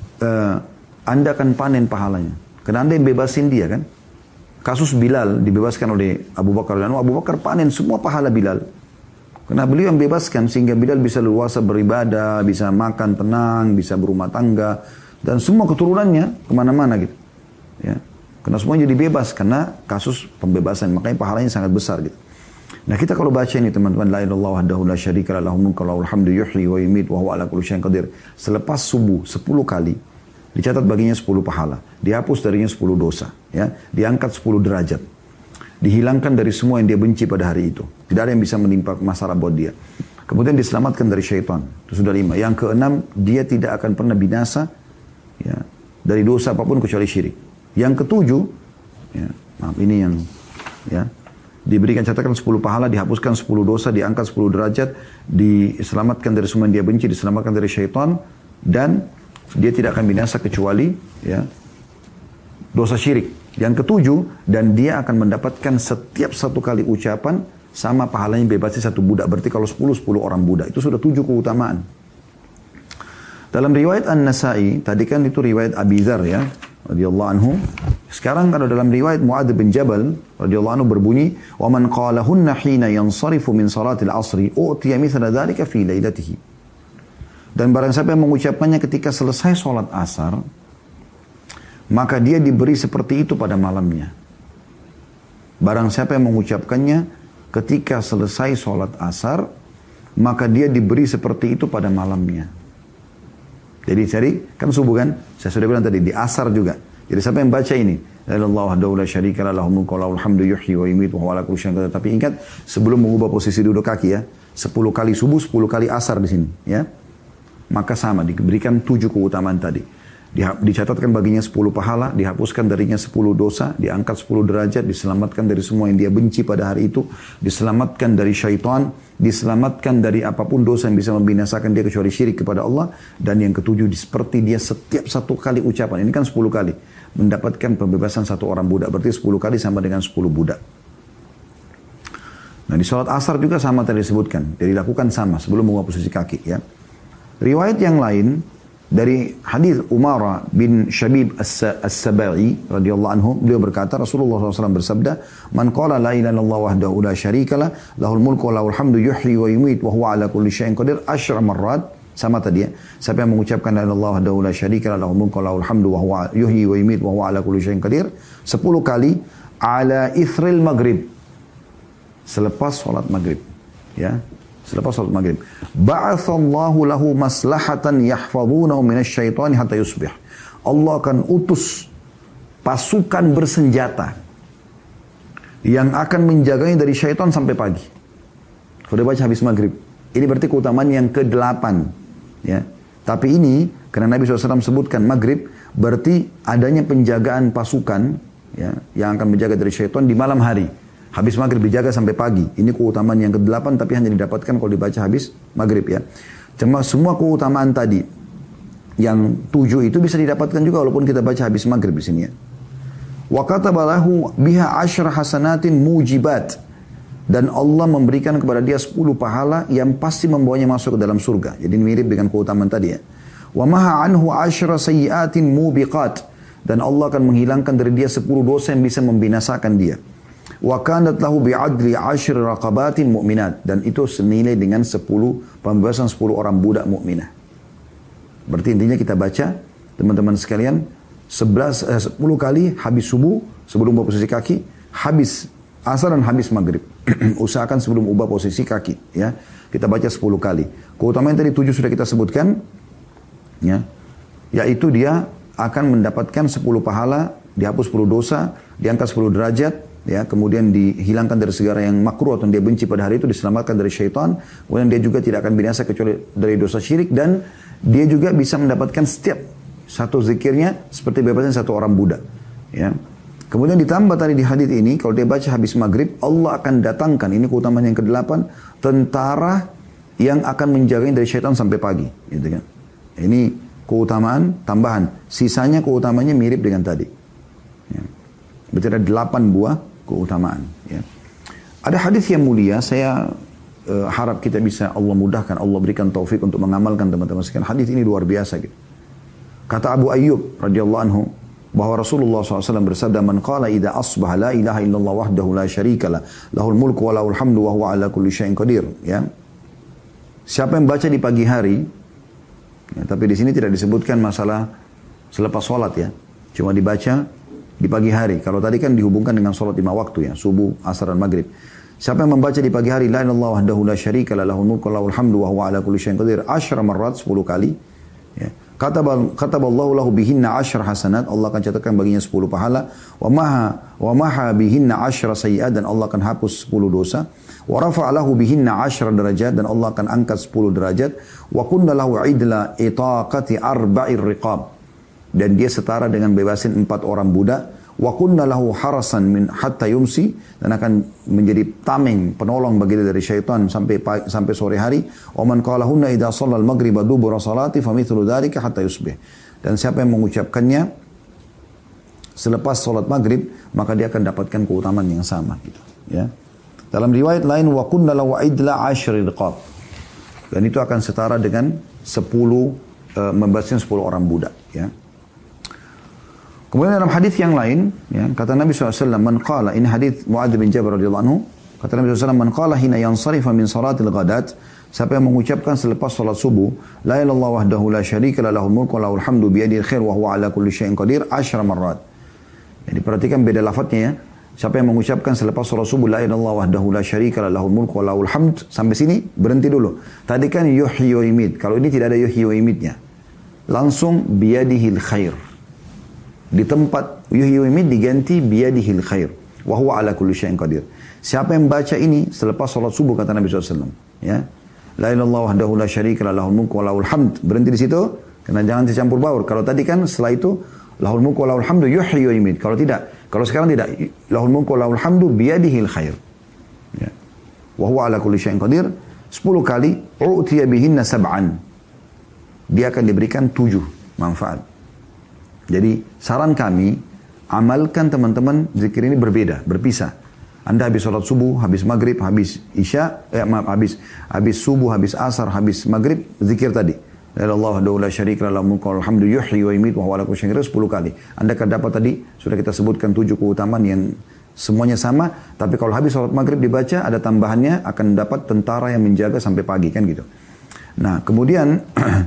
Anda akan panen pahalanya. Karena Anda yang bebasin dia kan. Kasus Bilal dibebaskan oleh Abu Bakar, dan Abu Bakar panen semua pahala Bilal. Karena beliau yang bebaskan sehingga Bilal bisa leluasa beribadah, bisa makan tenang, bisa berumah tangga, dan semua keturunannya kemana-mana gitu. Ya. Karena semuanya jadi bebas karena kasus pembebasan, makanya pahalanya sangat besar gitu. Nah kita kalau baca ini teman-teman, la ilaha illallah wahdahu la syarika lah, lahul mulku wa lahul hamdu yuhyi wa yumiit wa huwa ala kulli syai'in qadir. Selepas subuh 10 kali dicatat baginya 10 pahala, dihapus darinya 10 dosa, ya, diangkat 10 derajat, dihilangkan dari semua yang dia benci pada hari itu. Tidak ada yang bisa menimpa masalah buat dia. Kemudian diselamatkan dari syaitan. Itu sudah 5. Yang keenam, dia tidak akan pernah binasa, ya, dari dosa apapun kecuali syirik. Yang ketujuh, ya, maaf ini yang, ya, diberikan catatan 10 pahala, dihapuskan 10 dosa, diangkat 10 derajat, diselamatkan dari semua yang dia benci, diselamatkan dari syaitan, dan dia tidak akan binasa kecuali, ya, dosa syirik. Yang ketujuh, dan dia akan mendapatkan setiap satu kali ucapan sama pahalanya bebasi satu budak. Berarti kalau 10 orang budak, itu sudah 7 keutamaan. Dalam riwayat An-Nasai, tadi kan itu riwayat Abi Dzar, ya, radhiyallahu anhu. Sekarang kalau dalam riwayat Mu'adz bin Jabal radhiyallahu anhu berbunyi, "Wa man qalahunna hina yansarifu min salatil 'ashri u'tiya mithla dzalika fi lailatihi." Dan barang siapa yang mengucapkannya ketika selesai sholat asar, maka dia diberi seperti itu pada malamnya. Barang siapa yang mengucapkannya ketika selesai sholat asar, maka dia diberi seperti itu pada malamnya. Jadi cari, kan subuh kan? Saya sudah bilang tadi, di asar juga. Jadi siapa yang baca ini? La ilaha illallah wahdahu la syarika lah, lahul mulku wa lahul hamdu yuhyi wa yumiit wa huwa ala kulli syai'in qadir. Tapi ingat, sebelum mengubah posisi duduk kaki ya, 10 kali subuh, 10 kali asar di sini, ya. Maka sama, diberikan 7 keutamaan tadi. Dicatatkan baginya 10 pahala, dihapuskan darinya 10 dosa, diangkat 10 derajat, diselamatkan dari semua yang dia benci pada hari itu, diselamatkan dari syaitan, diselamatkan dari apapun dosa yang bisa membinasakan dia kecuali syirik kepada Allah. Dan yang ketujuh, seperti dia setiap satu kali ucapan, ini kan 10 kali, mendapatkan pembebasan satu orang budak. Berarti 10 kali sama dengan 10 budak. Nah di sholat asar juga sama tadi disebutkan. Jadi lakukan sama sebelum mengubah posisi kaki, ya. Riwayat yang lain, dari hadis Umara bin Shabib As-Sabai radhiyallahu anhu, beliau berkata, Rasulullah SAW bersabda, "Man qala la ilaha illallah wahdahu la syarikalah, lahul mulku wa lahul hamdu yuhyi wa yumiit wa huwa ala kulli syai'in qadir asyra marrat." Sama tadi ya. Siapa yang mengucapkan la ilaha illallah wahdahu la syarikalah, lahul mulku wa lahul hamdu wa huwa yuhyi wa yumiit wa huwa ala kulli syai'in qadir 10 kali ala ithril maghrib. Selepas salat maghrib, ya. Selepas salat maghrib. Ba'athallahu lahu maslahatan yahfazunahu minasyaitani hatta yusbih. Allah akan utus pasukan bersenjata yang akan menjaganya dari syaitan sampai pagi. Kalau dia baca habis maghrib. Ini berarti keutamaan yang ke-8. Ya. Tapi ini, karena Nabi SAW sebutkan maghrib, berarti adanya penjagaan pasukan, ya, yang akan menjaga dari syaitan di malam hari. Habis maghrib dijaga sampai pagi. Ini keutamaan yang ke-8 tapi hanya didapatkan kalau dibaca habis maghrib, ya. Cuma semua keutamaan tadi yang 7 itu bisa didapatkan juga walaupun kita baca habis maghrib di sini, ya. Wa kataba lahu biha 10 hasanatin mujibat. Dan Allah memberikan kepada dia 10 pahala yang pasti membawanya masuk ke dalam surga. Jadi mirip dengan keutamaan tadi, ya. Wa maha anhu 10 sayyiatin mubiqat. Dan Allah akan menghilangkan dari dia 10 dosa yang bisa membinasakan dia. Wa kanat lahu bi'adli 10 raqabatin mu'minat. Dan itu senilai dengan 10 pembebasan 10 orang budak mukminah. Berarti intinya kita baca, teman-teman sekalian, 10 kali habis subuh, sebelum ubah posisi kaki, habis asar dan habis maghrib. Usahakan sebelum ubah posisi kaki, ya. Kita baca 10 kali. Keutamaan tadi 7 sudah kita sebutkan, ya. Yaitu dia akan mendapatkan 10 pahala, dihapus 10 dosa, diangkat 10 derajat, ya, kemudian dihilangkan dari segala yang makruh atau dia benci pada hari itu, diselamatkan dari syaitan, kemudian dia juga tidak akan binasa kecuali dari dosa syirik, dan dia juga bisa mendapatkan setiap satu zikirnya seperti bebasan satu orang budak, ya. Kemudian ditambah tadi di hadis ini, kalau dia baca habis maghrib, Allah akan datangkan, ini keutamaan yang ke-8, tentara yang akan menjaganya dari syaitan sampai pagi. Gitu kan. Ini keutamaan tambahan. Sisanya keutamanya mirip dengan tadi. Ya. Berarti ada 8 buah keutamaan. Ya. Ada hadis yang mulia, saya harap kita bisa Allah mudahkan, Allah berikan taufik untuk mengamalkan teman-teman sekalian. Hadis ini luar biasa gitu. Kata Abu Ayyub radhiyallahu anhu bahwa Rasulullah SAW bersabda, "Man qala idza asbaha la ilaha illallah wahdahu la syarikalah, lahul mulku wa lahul hamdu wa huwa ala kulli syai'in qadir." Ya. Siapa yang baca di pagi hari, ya, tapi di sini tidak disebutkan masalah selepas sholat ya, cuma dibaca di pagi hari. Kalau tadi kan dihubungkan dengan sholat 5 waktu ya, subuh, asar dan maghrib. Siapa yang membaca di pagi hari la ilaha illallah wahdahu la syarikalah lahul mulku wa lahul hamdu wa huwa ala kulli syai'in qadir 10 marrat 10 kali ya. Kataballahu lahu bihinna 10 hasanat, Allah akan catatkan baginya 10 pahala, wa maha bihinna 10 sayyi'at, dan Allah akan hapus 10 dosa, wa rafa'a lahu bihinna 10 derajat, dan Allah akan angkat 10 derajat, wa kunna lahu idla itaqati arba'ir riqab, dan dia setara dengan bebasin 4 orang budak, wa kunna lahu harasan min hatta yumsi, dan akan menjadi tameng penolong bagi dia dari syaitan sampai sore hari. Wa man qalahunna idza shalla al-maghriba dubura salati famithlu dzalika hatta yusbih, dan siapa yang mengucapkannya selepas salat maghrib maka dia akan dapatkan keutamaan yang sama gitu ya. Dalam riwayat lain wa kunna lahu idla 10 riqab, dan itu akan setara dengan 10 membebaskan 10 orang budak ya. Kemudian dalam hadis yang lain, ya, kata Nabi SAW, man qala, ini hadis Mu'adz bin Jabal radhiyallahu anhu, kata Nabi SAW, man qala hina yansarifa min salatil ghadat, siapa yang mengucapkan selepas salat subuh, la ilaha illallah wahdahu la syarika lah, lahul mulku wa lahul hamdu biyadihil khair wa huwa ala kulli syai'in qadir 10 marrat. Jadi perhatikan beda lafadznya ya. Siapa yang mengucapkan selepas salat subuh, la ilaha illallah wahdahu la syarika lah, lahul mulku wa lahul hamd, sampai sini berhenti dulu. Tadi kan yuhyi wa yumiit, kalau ini tidak ada yuhyi wa yumiitnya. Langsung biyadihil khair. Di tempat yuhyi wa yumiit diganti biyadihil khair wa huwa ala kulli syai'in qadir. Siapa yang baca ini selepas salat subuh, kata Nabi SAW, ya, la ilaha illallah wahdahu la syarika lah, lahul mulku wa lahul hamd, berhenti di situ karena jangan dicampur baur. Kalau tadi kan setelah itu lahul mulku wa lahul hamdu yuhyi wa yumiit. Kalau tidak, kalau sekarang tidak, lahul mulku wa lahul hamdu biyadihil khair, ya, wa huwa ala kulli syai'in qadir 10 kali, u'tiya bihinna sab'an, dia akan diberikan 7 manfaat. Jadi saran kami, amalkan teman-teman zikir ini berbeda, berpisah. Anda habis sholat subuh, habis maghrib, habis isya, habis subuh, habis asar, habis maghrib, zikir tadi. La ilaha illallah la syarika lah, lahul mulku wa lahul hamdu yuhyi wa yumiit wa huwa ala kulli syai'in qadir 10 kali. Anda akan dapat tadi, sudah kita sebutkan 7 keutamaan yang semuanya sama, tapi kalau habis sholat maghrib dibaca, ada tambahannya, akan dapat tentara yang menjaga sampai pagi, kan gitu. Nah, kemudian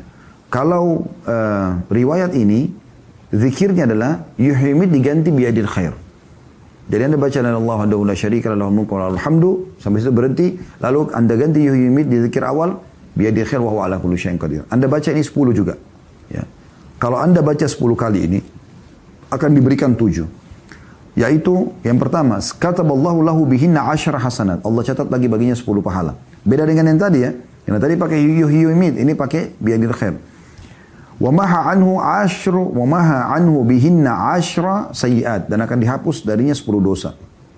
kalau riwayat ini, zikirnya adalah yuhimid diganti biyadil khair. Jadi Anda baca la ilaha illallah la syarika lah, lahul mulku wa lahul hamdu, sampai situ berhenti, lalu Anda ganti yuhimid di zikir awal biyadil khair wa huwa ala kulli syai'in qadir. Anda baca ini 10 juga. Ya. Kalau Anda baca 10 kali ini akan diberikan 7. Yaitu yang pertama, kataballahu lahu bihinna 10 hasanat. Allah catat lagi baginya 10 pahala. Beda dengan yang tadi ya. Yang tadi pakai yuhimid, ini pakai biyadil khair. Wa maha anhu bihinna 10 sayyi'at, dan akan dihapus darinya 10 dosa.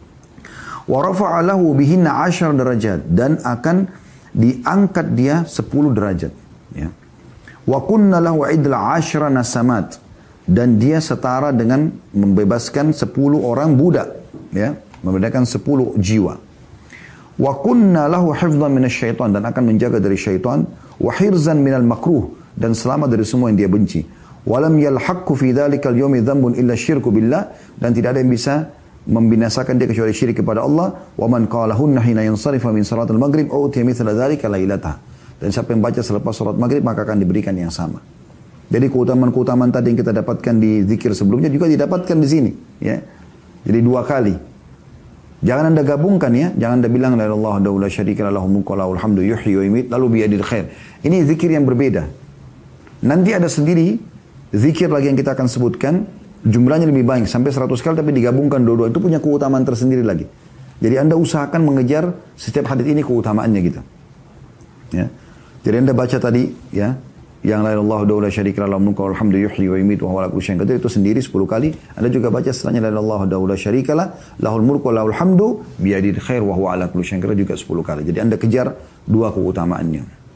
Wa rafa'a lahu bihinna 10 derajat, dan akan diangkat dia 10 derajat, ya. Wa kunna lahu idla 10 nasamat, dan dia setara dengan membebaskan 10 orang budak, ya, membebaskan 10 jiwa. Wa kunna lahu hifdhan minasyaitan, dan akan menjaga dari syaitan, wa hirzan minal makruh, dan selamat dari semua yang dia benci. Walam yalhaqu fi dzalikal yawmi dzambun illa syirku billah, dan tidak ada yang bisa membinasakan dia kecuali syirik kepada Allah. Wa man qalahunna hina yansarifa min salatil maghrib utiya mithla dzalika lailataha, dan siapa yang baca selepas salat maghrib maka akan diberikan yang sama. Jadi keutamaan-keutamaan tadi yang kita dapatkan di zikir sebelumnya juga didapatkan di sini, ya. Jadi 2 kali. Jangan Anda gabungkan ya, jangan Anda bilang la ilaha illallah la syarika lah, lahul mulku wa lahul hamdu yuhyi wa yumiit lalu biyadil khair. Ini zikir yang berbeda. Nanti ada sendiri zikir lagi yang kita akan sebutkan, jumlahnya lebih banyak sampai 100 kali, tapi digabungkan dua-dua itu punya keutamaan tersendiri lagi. Jadi Anda usahakan mengejar setiap hadis ini keutamaannya gitu. Ya. Jadi Anda baca tadi ya, yang la ilaha illallah la syarika lah, lahul mulku wa lahul hamdu yuhyi wa yumiit wa huwa ala kulli syai'in qadir, itu sendiri 10 kali. Anda juga baca setelahnya la ilaha illallah la syarika lah, lahul mulku wa lahul hamdu biyadil khair wa huwa ala kulli syai'in qadir juga 10 kali. Jadi Anda kejar 2 keutamaannya.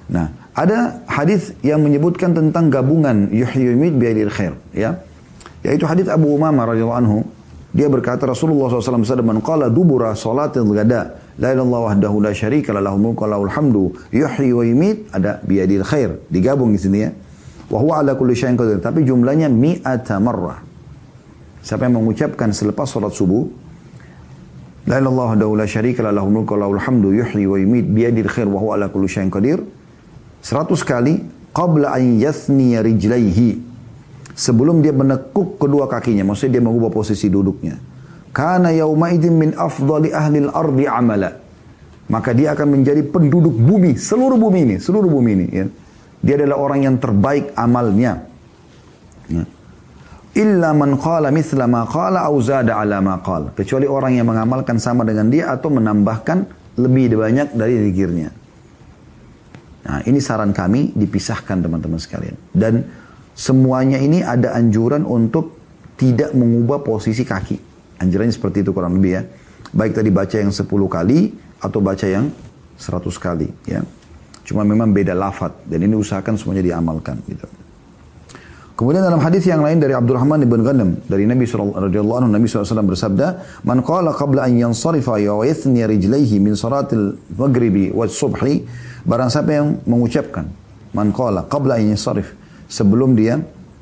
Nah, ada hadis yang menyebutkan tentang gabungan yuhyi wa yumiit biyadil khair, ya. Yaitu hadis Abu Umamah radhiyallahu anhu, dia berkata Rasulullah SAW bersabda, "Man qala dubura salatil ghada, la ilaha illallah wahdahu la syarika lahu lahul mulku wa lahul hamdu, yuhyi wa yumiit," ada biyadil khair, digabung di sini ya. Wa huwa ala kulli syai'in qadir, tapi jumlahnya mi'ata marrah. Siapa yang mengucapkan selepas salat subuh, la ilaha illallah wahdahu la syarika lahu lahul mulku wa lahul hamdu, yuhyi wa yumiit biyadil khair wa huwa ala kulli syai'in qadir, 100 kali qabla an yathniya rijlaihi, sebelum dia menekuk kedua kakinya, maksudnya dia mengubah posisi duduknya. Kana yauma idzin min afdali ahli al-ardi amala, maka dia akan menjadi penduduk bumi, seluruh bumi ini ya. Dia adalah orang yang terbaik amalnya ya. Illa man qala mithla ma qala aw zada ala ma qala, kecuali orang yang mengamalkan sama dengan dia atau menambahkan lebih banyak dari zikirnya. Nah, ini saran kami dipisahkan teman-teman sekalian. Dan semuanya ini ada anjuran untuk tidak mengubah posisi kaki. Anjurannya seperti itu kurang lebih ya. Baik tadi baca yang 10 kali atau baca yang 100 kali ya. Cuma memang beda lafaz dan ini usahakan semuanya diamalkan gitu. Kemudian dalam hadis yang lain dari Abdurrahman bin Ghanam dari Nabi sallallahu alaihi wasallam bersabda, "Man qala qabla an yansarifa wa yathni rijlaihi min salatil maghribi was subhi," barang siapa yang mengucapkan man qala qabla an yansarif, sebelum dia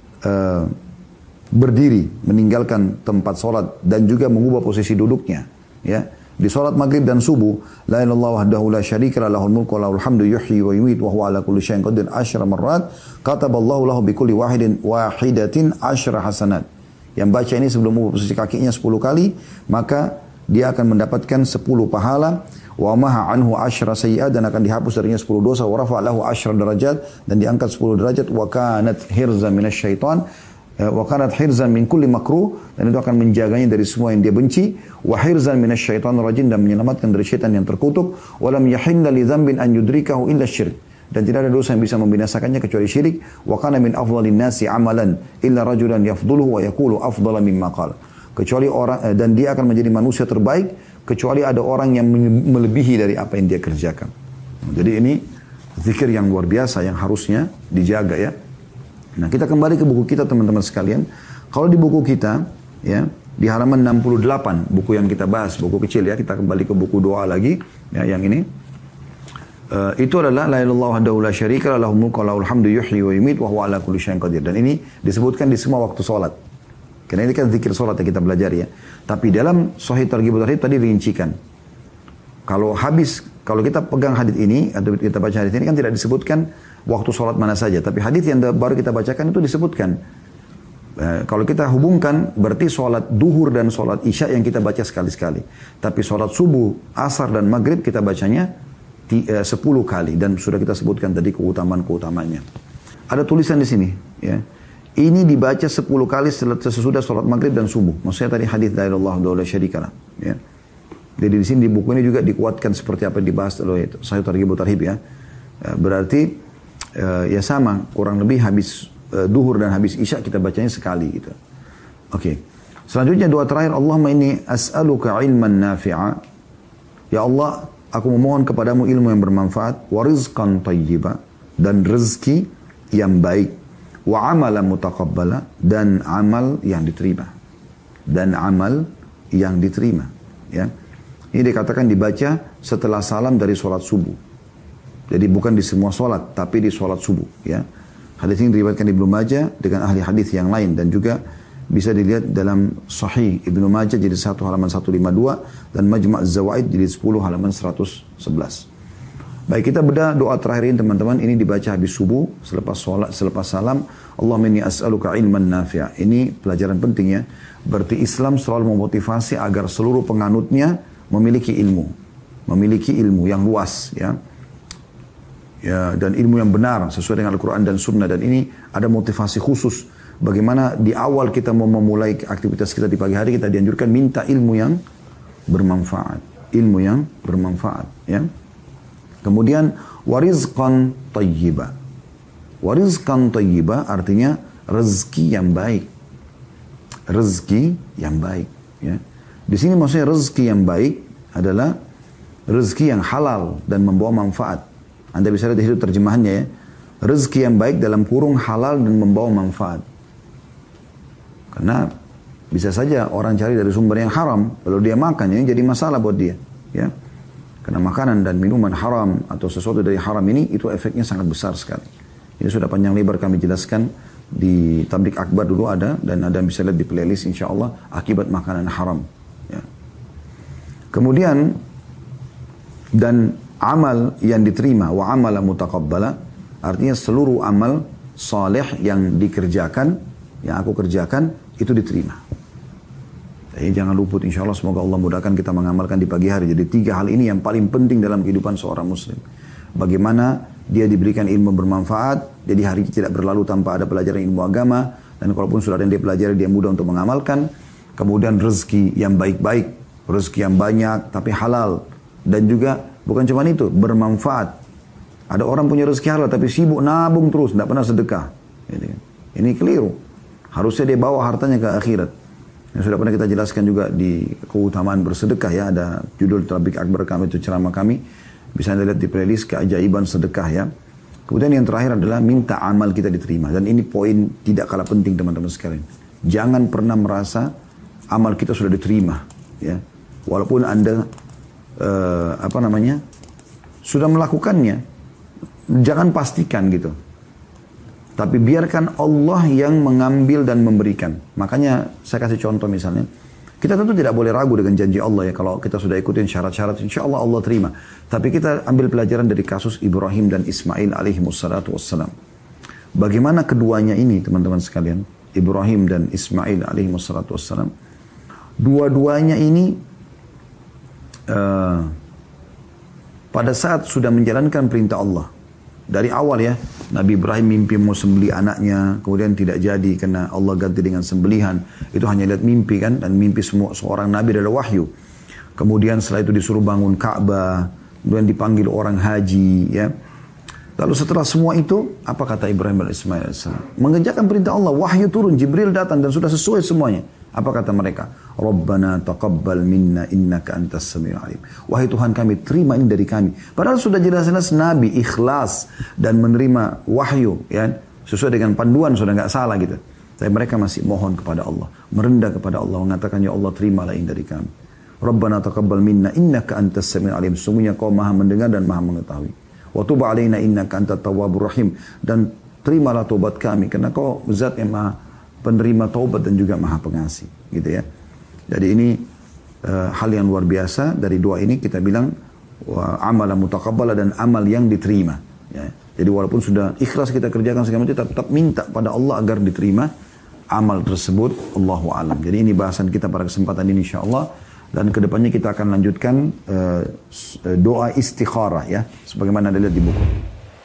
berdiri meninggalkan tempat salat dan juga mengubah posisi duduknya ya, di salat maghrib dan subuh, la ilaha illallah wahdahu la syarika lahul mulku wa lahul hamdu yuhyi wa yumiit wa huwa ala kulli syai'in qadir 10 marrat, kataballahu lahu bi kulli wahidatin 10 hasanat. Yang baca ini sebelum mengubah posisi kakinya 10 kali, maka dia akan mendapatkan 10 pahala, wa maha anhu 10 sayyi'at, dan akan dihapus darinya 10 dosa, wa rafa lahu 10 derajat, dan diangkat 10 derajat, wa kanat hirzan minasyaitan, wa kanat hirzan min kulli makruh, dan itu akan menjaganya dari semua yang dia benci, wa hirzan minasyaitanir rajim, dan menyelamatkan dari syaitan yang terkutuk, wa lam yahilla li dzambin an yudrikahu illa syirk, dan tidak ada dosa yang bisa membinasakannya kecuali syirik, wa kana min afdhalin nasi amalan illa rajulan yafdhuluhu wa yaqulu afdhala mimma qala, kecuali orang, dan dia akan menjadi manusia terbaik kecuali ada orang yang melebihi dari apa yang dia kerjakan. Jadi ini zikir yang luar biasa yang harusnya dijaga ya. Nah, kita kembali ke buku kita teman-teman sekalian. Kalau di buku kita ya, di halaman 68, buku yang kita bahas, buku kecil ya, kita kembali ke buku doa lagi ya, yang ini. Itu adalah la ilaha illallah wahdahu la syarika lahu mulku wa lahul hamdu yuhyi wa yumiit wa huwa ala kulli syai'in qadir. Dan ini disebutkan di semua waktu salat. Karena ini kan zikir salat yang kita belajar ya. Tapi dalam Sahih Targhib Tarhib tadi rincikan. Kalau kita pegang hadis ini atau kita baca hadis ini kan tidak disebutkan waktu sholat mana saja. Tapi hadis yang baru kita bacakan itu disebutkan. Kalau kita hubungkan berarti sholat duhur dan sholat isya yang kita baca sekali-sekali. Tapi sholat subuh, asar dan maghrib kita bacanya 10 kali. Dan sudah kita sebutkan tadi keutamaan-keutamanya. Ada tulisan di sini. Ya. Ini dibaca 10 kali sesudah sholat maghrib dan subuh. Maksudnya tadi hadis la ilaha illallah wa la syarika lah. Ya. Jadi di sini di buku ini juga dikuatkan seperti apa yang dibahas oleh Sahih Targhib Tarhib ya. Berarti ya sama, kurang lebih habis duhur dan habis isya kita bacanya sekali gitu. Oke. Selanjutnya doa terakhir, Allahumma inni as'aluka ilman nafi'a. Ya Allah, aku memohon kepadamu ilmu yang bermanfaat, wa rizqan thayyiba, dan rezeki yang baik, wa amalan mutaqabbala, dan amal yang diterima. Dan amal yang diterima, ya. Ini dikatakan dibaca setelah salam dari sholat subuh. Jadi bukan di semua sholat, tapi di sholat subuh. Ya. Hadis ini diriwayatkan Ibnu Majah dengan ahli hadis yang lain. Dan juga bisa dilihat dalam Sahih Ibnu Majah jadi 1 halaman 152. Dan Majma' Az-Zawaid jadi 10 halaman 111. Baik, kita bedah doa terakhir ini teman-teman. Ini dibaca habis subuh, selepas sholat, selepas salam. Allahumma inni as'aluka ilman nafi'a. Ini pelajaran penting ya. Berarti Islam selalu memotivasi agar seluruh penganutnya memiliki ilmu yang luas ya. Ya, dan ilmu yang benar sesuai dengan Al-Quran dan Sunnah. Dan ini ada motivasi khusus bagaimana di awal kita mau memulai aktivitas kita di pagi hari, kita dianjurkan minta ilmu yang bermanfaat, ya. Kemudian warizqan thayyiba. Warizqan thayyiba artinya rezeki yang baik. Rezeki yang baik ya. Di sini maksudnya rezeki yang baik adalah rezeki yang halal dan membawa manfaat. Anda bisa lihat di situ terjemahannya ya. Rezeki yang baik dalam kurung halal dan membawa manfaat. Karena bisa saja orang cari dari sumber yang haram, lalu dia makan, ini jadi masalah buat dia. Ya. Karena makanan dan minuman haram atau sesuatu dari haram ini, itu efeknya sangat besar sekali. Ini sudah panjang lebar kami jelaskan di Tablik Akbar dulu ada, dan Anda bisa lihat di playlist insya Allah, akibat makanan haram. Ya. Kemudian, dan amal yang diterima, wa amala mutaqabbala, artinya seluruh amal saleh yang dikerjakan, yang aku kerjakan, itu diterima. Jadi jangan luput, insya Allah semoga Allah mudahkan kita mengamalkan di pagi hari. Jadi 3 hal ini yang paling penting dalam kehidupan seorang muslim. Bagaimana dia diberikan ilmu bermanfaat, jadi hari tidak berlalu tanpa ada pelajaran ilmu agama, dan kalaupun sudah ada yang dia pelajari, dia mudah untuk mengamalkan. Kemudian rezeki yang baik-baik, rezeki yang banyak tapi halal, dan juga bukan cuma itu, bermanfaat. Ada orang punya rezeki halal tapi sibuk nabung terus, tidak pernah sedekah. Ini keliru. Harusnya dia bawa hartanya ke akhirat. Yang sudah pernah kita jelaskan juga di keutamaan bersedekah ya. Ada judul Tablik Akbar kami, itu ceramah kami. Bisa Anda lihat di playlist keajaiban sedekah ya. Kemudian yang terakhir adalah minta amal kita diterima. Dan ini poin tidak kalah penting teman-teman sekalian. Jangan pernah merasa amal kita sudah diterima. Ya. Walaupun Anda sudah melakukannya. Jangan pastikan gitu. Tapi biarkan Allah yang mengambil dan memberikan. Makanya saya kasih contoh misalnya. Kita tentu tidak boleh ragu dengan janji Allah ya. Kalau kita sudah ikutin syarat-syarat, insya Allah Allah terima. Tapi kita ambil pelajaran dari kasus Ibrahim dan Ismail alaihimussalatu wassalam. Bagaimana keduanya ini teman-teman sekalian. Ibrahim dan Ismail alaihimussalatu wassalam. Dua-duanya ini pada saat sudah menjalankan perintah Allah. Dari awal ya, Nabi Ibrahim mimpi mau sembelih anaknya, kemudian tidak jadi karena Allah ganti dengan sembelihan. Itu hanya lihat mimpi kan, dan mimpi semua seorang Nabi adalah wahyu. Kemudian setelah itu disuruh bangun Ka'bah, kemudian dipanggil orang haji ya. Lalu setelah semua itu, apa kata Ibrahim dan Ismail AS? Mengerjakan perintah Allah, wahyu turun, Jibril datang dan sudah sesuai semuanya. Apa kata mereka? Rabbana taqabbal minna innaka antas samiul alim. Wahai Tuhan kami, terima ini dari kami. Padahal sudah jelas-jelas Nabi ikhlas dan menerima wahyu, ya, sesuai dengan panduan, sudah nggak salah gitu. Tapi mereka masih mohon kepada Allah, merendah kepada Allah, mengatakan ya Allah terimalah ini dari kami. Rabbana taqabbal minna innaka antas samiul alim. Sungguhnya Kau Maha mendengar dan Maha mengetahui. Wa tub alaina innaka antat tawwabur rahim. Dan terimalah taubat kami karena Kau Zat yang Maha penerima taubat dan juga Maha pengasih, gitu ya. Jadi ini hal yang luar biasa. Dari dua ini kita bilang amal mutaqabbala dan amal yang diterima. Ya. Jadi walaupun sudah ikhlas kita kerjakan segala macam, tetap minta pada Allah agar diterima amal tersebut. Allahu a'lam. Jadi ini bahasan kita pada kesempatan ini insyaallah. Dan kedepannya kita akan lanjutkan doa istikharah ya, sebagaimana dilihat di buku.